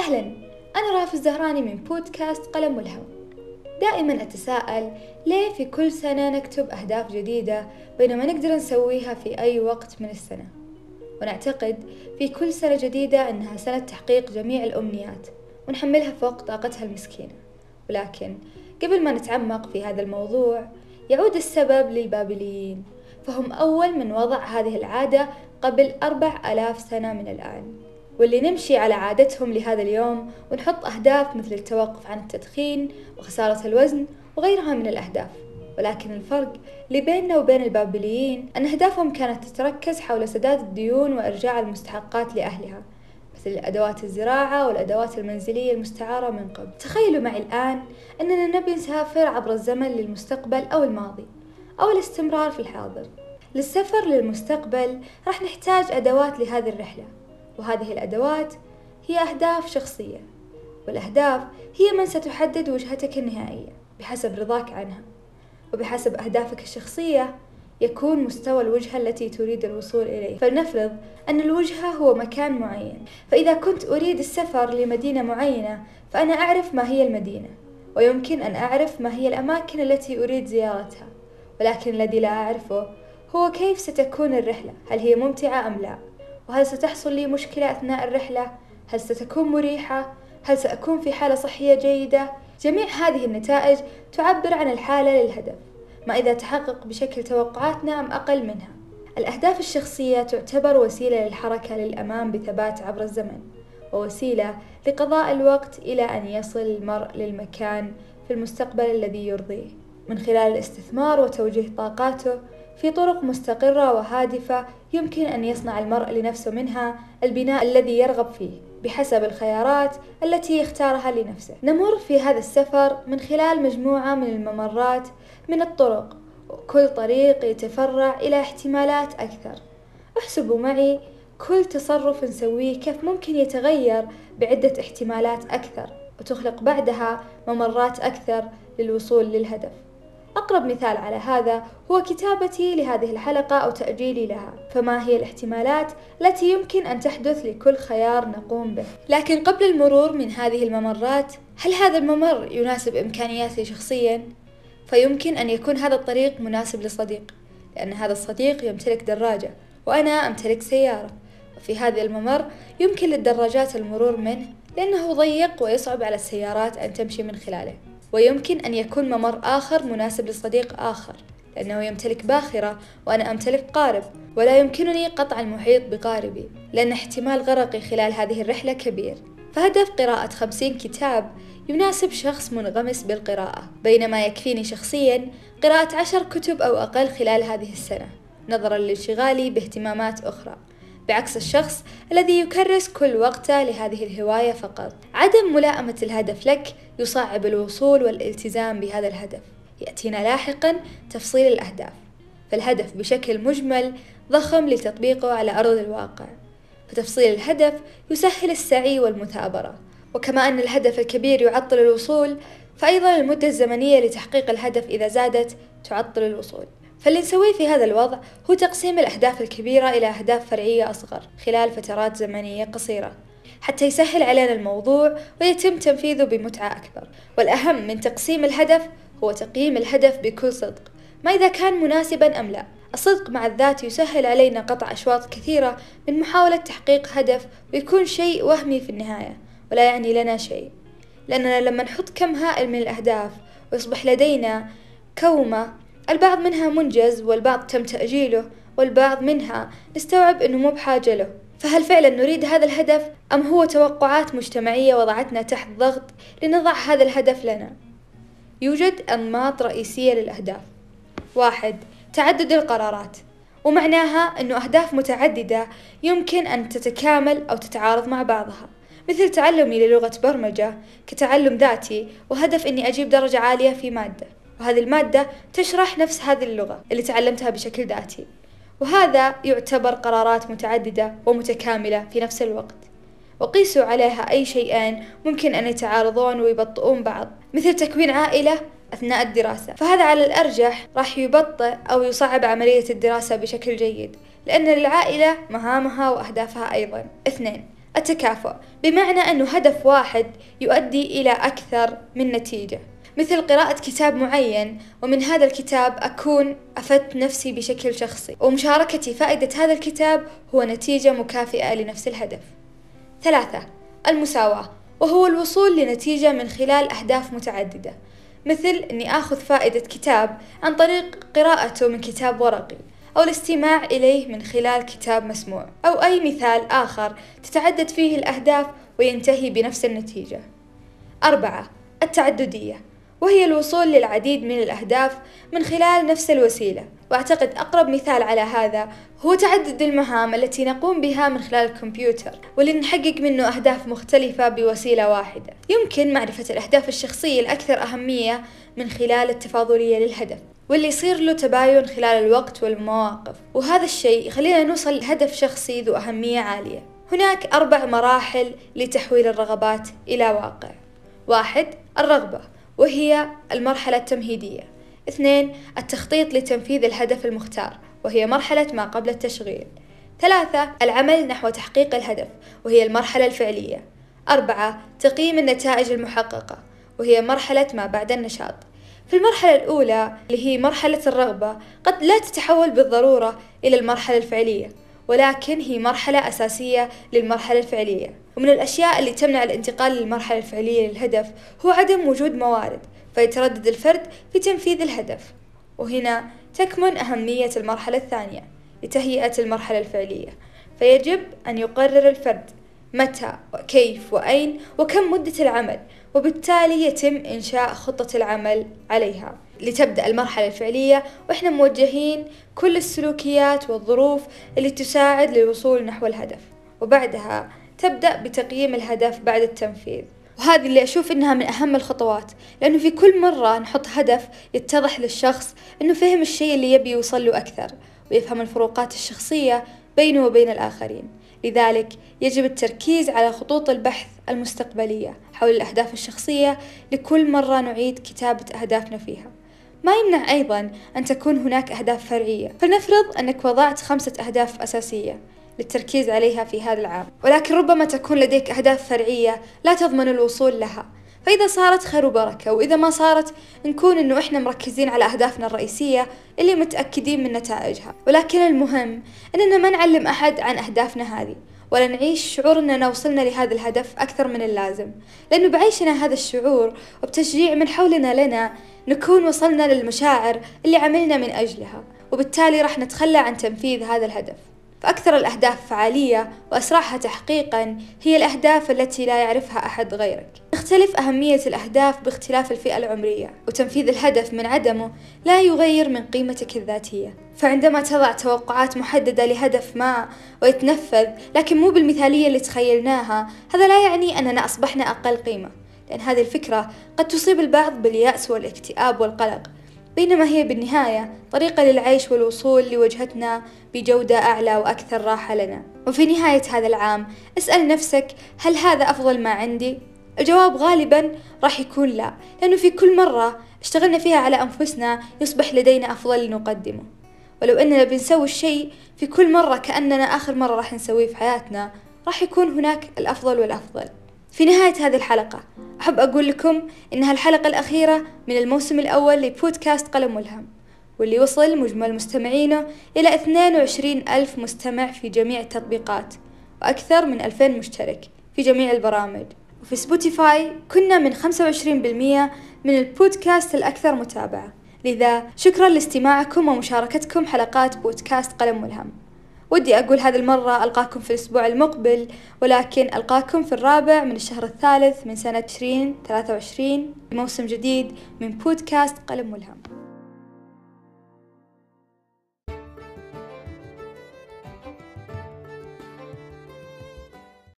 أهلا، أنا رافي الزهراني من بودكاست قلم والهوى. دائما أتساءل ليه في كل سنة نكتب أهداف جديدة بينما نقدر نسويها في أي وقت من السنة، ونعتقد في كل سنة جديدة أنها سنة تحقيق جميع الأمنيات ونحملها فوق طاقتها المسكينة. ولكن قبل ما نتعمق في هذا الموضوع، يعود السبب للبابليين، فهم أول من وضع هذه العادة قبل 4000 سنة من الآن، واللي نمشي على عادتهم لهذا اليوم ونحط أهداف مثل التوقف عن التدخين وخسارة الوزن وغيرها من الأهداف. ولكن الفرق اللي بيننا وبين البابليين أن أهدافهم كانت تتركز حول سداد الديون وإرجاع المستحقات لأهلها، مثل أدوات الزراعة والأدوات المنزلية المستعارة من قبل. تخيلوا معي الآن أننا نبي نسافر عبر الزمن للمستقبل أو الماضي أو الاستمرار في الحاضر. للسفر للمستقبل راح نحتاج أدوات لهذه الرحلة، وهذه الأدوات هي أهداف شخصية، والأهداف هي من ستحدد وجهتك النهائية بحسب رضاك عنها، وبحسب أهدافك الشخصية يكون مستوى الوجهة التي تريد الوصول إليه. فلنفرض أن الوجهة هو مكان معين، فإذا كنت أريد السفر لمدينة معينة فأنا أعرف ما هي المدينة، ويمكن أن أعرف ما هي الأماكن التي أريد زيارتها، ولكن الذي لا أعرفه هو كيف ستكون الرحلة. هل هي ممتعة أم لا؟ وهل ستحصل لي مشكلة أثناء الرحلة؟ هل ستكون مريحة؟ هل سأكون في حالة صحية جيدة؟ جميع هذه النتائج تعبر عن الحالة للهدف، ما إذا تحقق بشكل توقعاتنا أم أقل منها. الأهداف الشخصية تعتبر وسيلة للحركة للأمام بثبات عبر الزمن، ووسيلة لقضاء الوقت إلى أن يصل المرء للمكان في المستقبل الذي يرضيه، من خلال الاستثمار وتوجيه طاقاته في طرق مستقرة وهادفة يمكن أن يصنع المرء لنفسه منها البناء الذي يرغب فيه بحسب الخيارات التي يختارها لنفسه. نمر في هذا السفر من خلال مجموعة من الممرات من الطرق، وكل طريق يتفرع إلى احتمالات أكثر. احسبوا معي كل تصرف نسويه كيف ممكن يتغير بعدة احتمالات أكثر، وتخلق بعدها ممرات أكثر للوصول للهدف. أقرب مثال على هذا هو كتابتي لهذه الحلقة أو تأجيلي لها. فما هي الاحتمالات التي يمكن أن تحدث لكل خيار نقوم به؟ لكن قبل المرور من هذه الممرات، هل هذا الممر يناسب إمكانياتي شخصياً؟ فيمكن أن يكون هذا الطريق مناسب لصديق، لأن هذا الصديق يمتلك دراجة وأنا أمتلك سيارة، وفي هذا الممر يمكن للدراجات المرور منه لأنه ضيق ويصعب على السيارات أن تمشي من خلاله. ويمكن أن يكون ممر آخر مناسب لصديق آخر لأنه يمتلك باخرة وأنا أمتلك قارب، ولا يمكنني قطع المحيط بقاربي لأن احتمال غرقي خلال هذه الرحلة كبير. فهدف قراءة 50 كتاب يناسب شخص منغمس بالقراءة، بينما يكفيني شخصيا قراءة 10 كتب أو أقل خلال هذه السنة نظرا لانشغالي باهتمامات أخرى، بعكس الشخص الذي يكرس كل وقته لهذه الهواية فقط. عدم ملائمة الهدف لك يصعب الوصول والالتزام بهذا الهدف. يأتينا لاحقا تفصيل الأهداف، فالهدف بشكل مجمل ضخم لتطبيقه على أرض الواقع، فتفصيل الهدف يسهل السعي والمثابرة. وكما أن الهدف الكبير يعطل الوصول، فأيضا المدة الزمنية لتحقيق الهدف إذا زادت تعطل الوصول. فاللي نسويه في هذا الوضع هو تقسيم الأهداف الكبيرة إلى أهداف فرعية أصغر خلال فترات زمنية قصيرة، حتى يسهل علينا الموضوع ويتم تنفيذه بمتعة أكبر. والأهم من تقسيم الهدف هو تقييم الهدف بكل صدق، ما إذا كان مناسبا أم لا. الصدق مع الذات يسهل علينا قطع أشواط كثيرة من محاولة تحقيق هدف ويكون شيء وهمي في النهاية ولا يعني لنا شيء، لأننا لما نحط كم هائل من الأهداف ويصبح لدينا كومة، البعض منها منجز والبعض تم تأجيله والبعض منها نستوعب أنه مو بحاجة له. فهل فعلا نريد هذا الهدف أم هو توقعات مجتمعية وضعتنا تحت ضغط لنضع هذا الهدف لنا؟ يوجد أنماط رئيسية للأهداف. 1. تعدد القرارات، ومعناها أنه أهداف متعددة يمكن أن تتكامل أو تتعارض مع بعضها، مثل تعلمي للغة برمجة كتعلم ذاتي وهدف أني أجيب درجة عالية في مادة، وهذه المادة تشرح نفس هذه اللغة اللي تعلمتها بشكل ذاتي، وهذا يعتبر قرارات متعددة ومتكاملة في نفس الوقت. وقيسوا عليها أي شيئين ممكن أن يتعارضون ويبطئون بعض، مثل تكوين عائلة أثناء الدراسة، فهذا على الأرجح راح يبطئ أو يصعب عملية الدراسة بشكل جيد، لأن للعائلة مهامها وأهدافها أيضا. 2. التكافؤ، بمعنى أنه هدف واحد يؤدي إلى أكثر من نتيجة، مثل قراءة كتاب معين ومن هذا الكتاب أكون أفدت نفسي بشكل شخصي، ومشاركتي فائدة هذا الكتاب هو نتيجة مكافئة لنفس الهدف. 3. المساواة، وهو الوصول لنتيجة من خلال أهداف متعددة، مثل أني أخذ فائدة كتاب عن طريق قراءته من كتاب ورقي، أو الاستماع إليه من خلال كتاب مسموع، أو أي مثال آخر تتعدد فيه الأهداف وينتهي بنفس النتيجة. 4. التعددية، وهي الوصول للعديد من الأهداف من خلال نفس الوسيلة، وأعتقد أقرب مثال على هذا هو تعدد المهام التي نقوم بها من خلال الكمبيوتر، واللي نحقق منه أهداف مختلفة بوسيلة واحدة. يمكن معرفة الأهداف الشخصية الأكثر أهمية من خلال التفاضلية للهدف، واللي يصير له تباين خلال الوقت والمواقف، وهذا الشيء يخلينا نوصل لهدف شخصي ذو أهمية عالية. هناك 4 مراحل لتحويل الرغبات إلى واقع. 1. الرغبة، وهي المرحلة التمهيدية. 2. التخطيط لتنفيذ الهدف المختار، وهي مرحلة ما قبل التشغيل. 3. العمل نحو تحقيق الهدف، وهي المرحلة الفعلية. 4. تقييم النتائج المحققة، وهي مرحلة ما بعد النشاط. في المرحلة الأولى اللي هي مرحلة الرغبة قد لا تتحول بالضرورة إلى المرحلة الفعلية، ولكن هي مرحلة أساسية للمرحلة الفعلية. ومن الأشياء اللي تمنع الانتقال للمرحلة الفعلية للهدف هو عدم وجود موارد، فيتردد الفرد في تنفيذ الهدف. وهنا تكمن أهمية المرحلة الثانية لتهيئة المرحلة الفعلية، فيجب أن يقرر الفرد متى وكيف وأين وكم مدة العمل، وبالتالي يتم إنشاء خطة العمل عليها لتبدأ المرحلة الفعلية، وإحنا موجهين كل السلوكيات والظروف اللي تساعد للوصول نحو الهدف. وبعدها تبدأ بتقييم الهدف بعد التنفيذ، وهذه اللي أشوف إنها من أهم الخطوات، لأنه في كل مرة نحط هدف يتضح للشخص إنه فهم الشيء اللي يبي يوصل له أكثر، ويفهم الفروقات الشخصية بينه وبين الآخرين. لذلك يجب التركيز على خطوط البحث المستقبلية حول الأهداف الشخصية لكل مرة نعيد كتابة أهدافنا فيها. ما يمنع أيضا أن تكون هناك أهداف فرعية، فلنفرض أنك وضعت 5 أهداف أساسية للتركيز عليها في هذا العام، ولكن ربما تكون لديك أهداف فرعية لا تضمن الوصول لها، فإذا صارت خير وبركة، وإذا ما صارت نكون إنه إحنا مركزين على أهدافنا الرئيسية اللي متأكدين من نتائجها. ولكن المهم إننا ما نعلم أحد عن أهدافنا هذه، ولا نعيش شعور إننا وصلنا لهذا الهدف أكثر من اللازم، لأنه بعيشنا هذا الشعور وبتشجيع من حولنا لنا نكون وصلنا للمشاعر اللي عملنا من أجلها، وبالتالي راح نتخلى عن تنفيذ هذا الهدف. فأكثر الأهداف فعالية وأسرعها تحقيقا هي الأهداف التي لا يعرفها أحد غيرك. تختلف أهمية الأهداف باختلاف الفئة العمرية، وتنفيذ الهدف من عدمه لا يغير من قيمتك الذاتية. فعندما تضع توقعات محددة لهدف ما ويتنفذ لكن مو بالمثالية اللي تخيلناها، هذا لا يعني أننا أصبحنا أقل قيمة، لأن هذه الفكرة قد تصيب البعض باليأس والاكتئاب والقلق، بينما هي بالنهاية طريقة للعيش والوصول لوجهتنا بجودة أعلى وأكثر راحة لنا. وفي نهاية هذا العام اسأل نفسك: هل هذا أفضل ما عندي؟ الجواب غالبا راح يكون لا، لأنه في كل مرة اشتغلنا فيها على أنفسنا يصبح لدينا أفضل لنقدمه. ولو أننا بنسوي الشيء في كل مرة كأننا آخر مرة راح نسويه في حياتنا، راح يكون هناك الأفضل والأفضل. في نهاية هذه الحلقة أحب أقول لكم إنها الحلقة الأخيرة من الموسم الأول لبودكاست قلم ملهم، واللي وصل مجمل مستمعينه إلى 22,000 مستمع في جميع التطبيقات، وأكثر من 2000 مشترك في جميع البرامج. وفي سبوتيفاي كنا من 25% من البودكاست الأكثر متابعة. لذا شكرا لاستماعكم ومشاركتكم حلقات بودكاست قلم ملهم. ودي أقول هذه المرة ألقاكم في الأسبوع المقبل، ولكن ألقاكم في 4 من الشهر الثالث من سنة 2023 بموسم جديد من بودكاست قلم ملهم.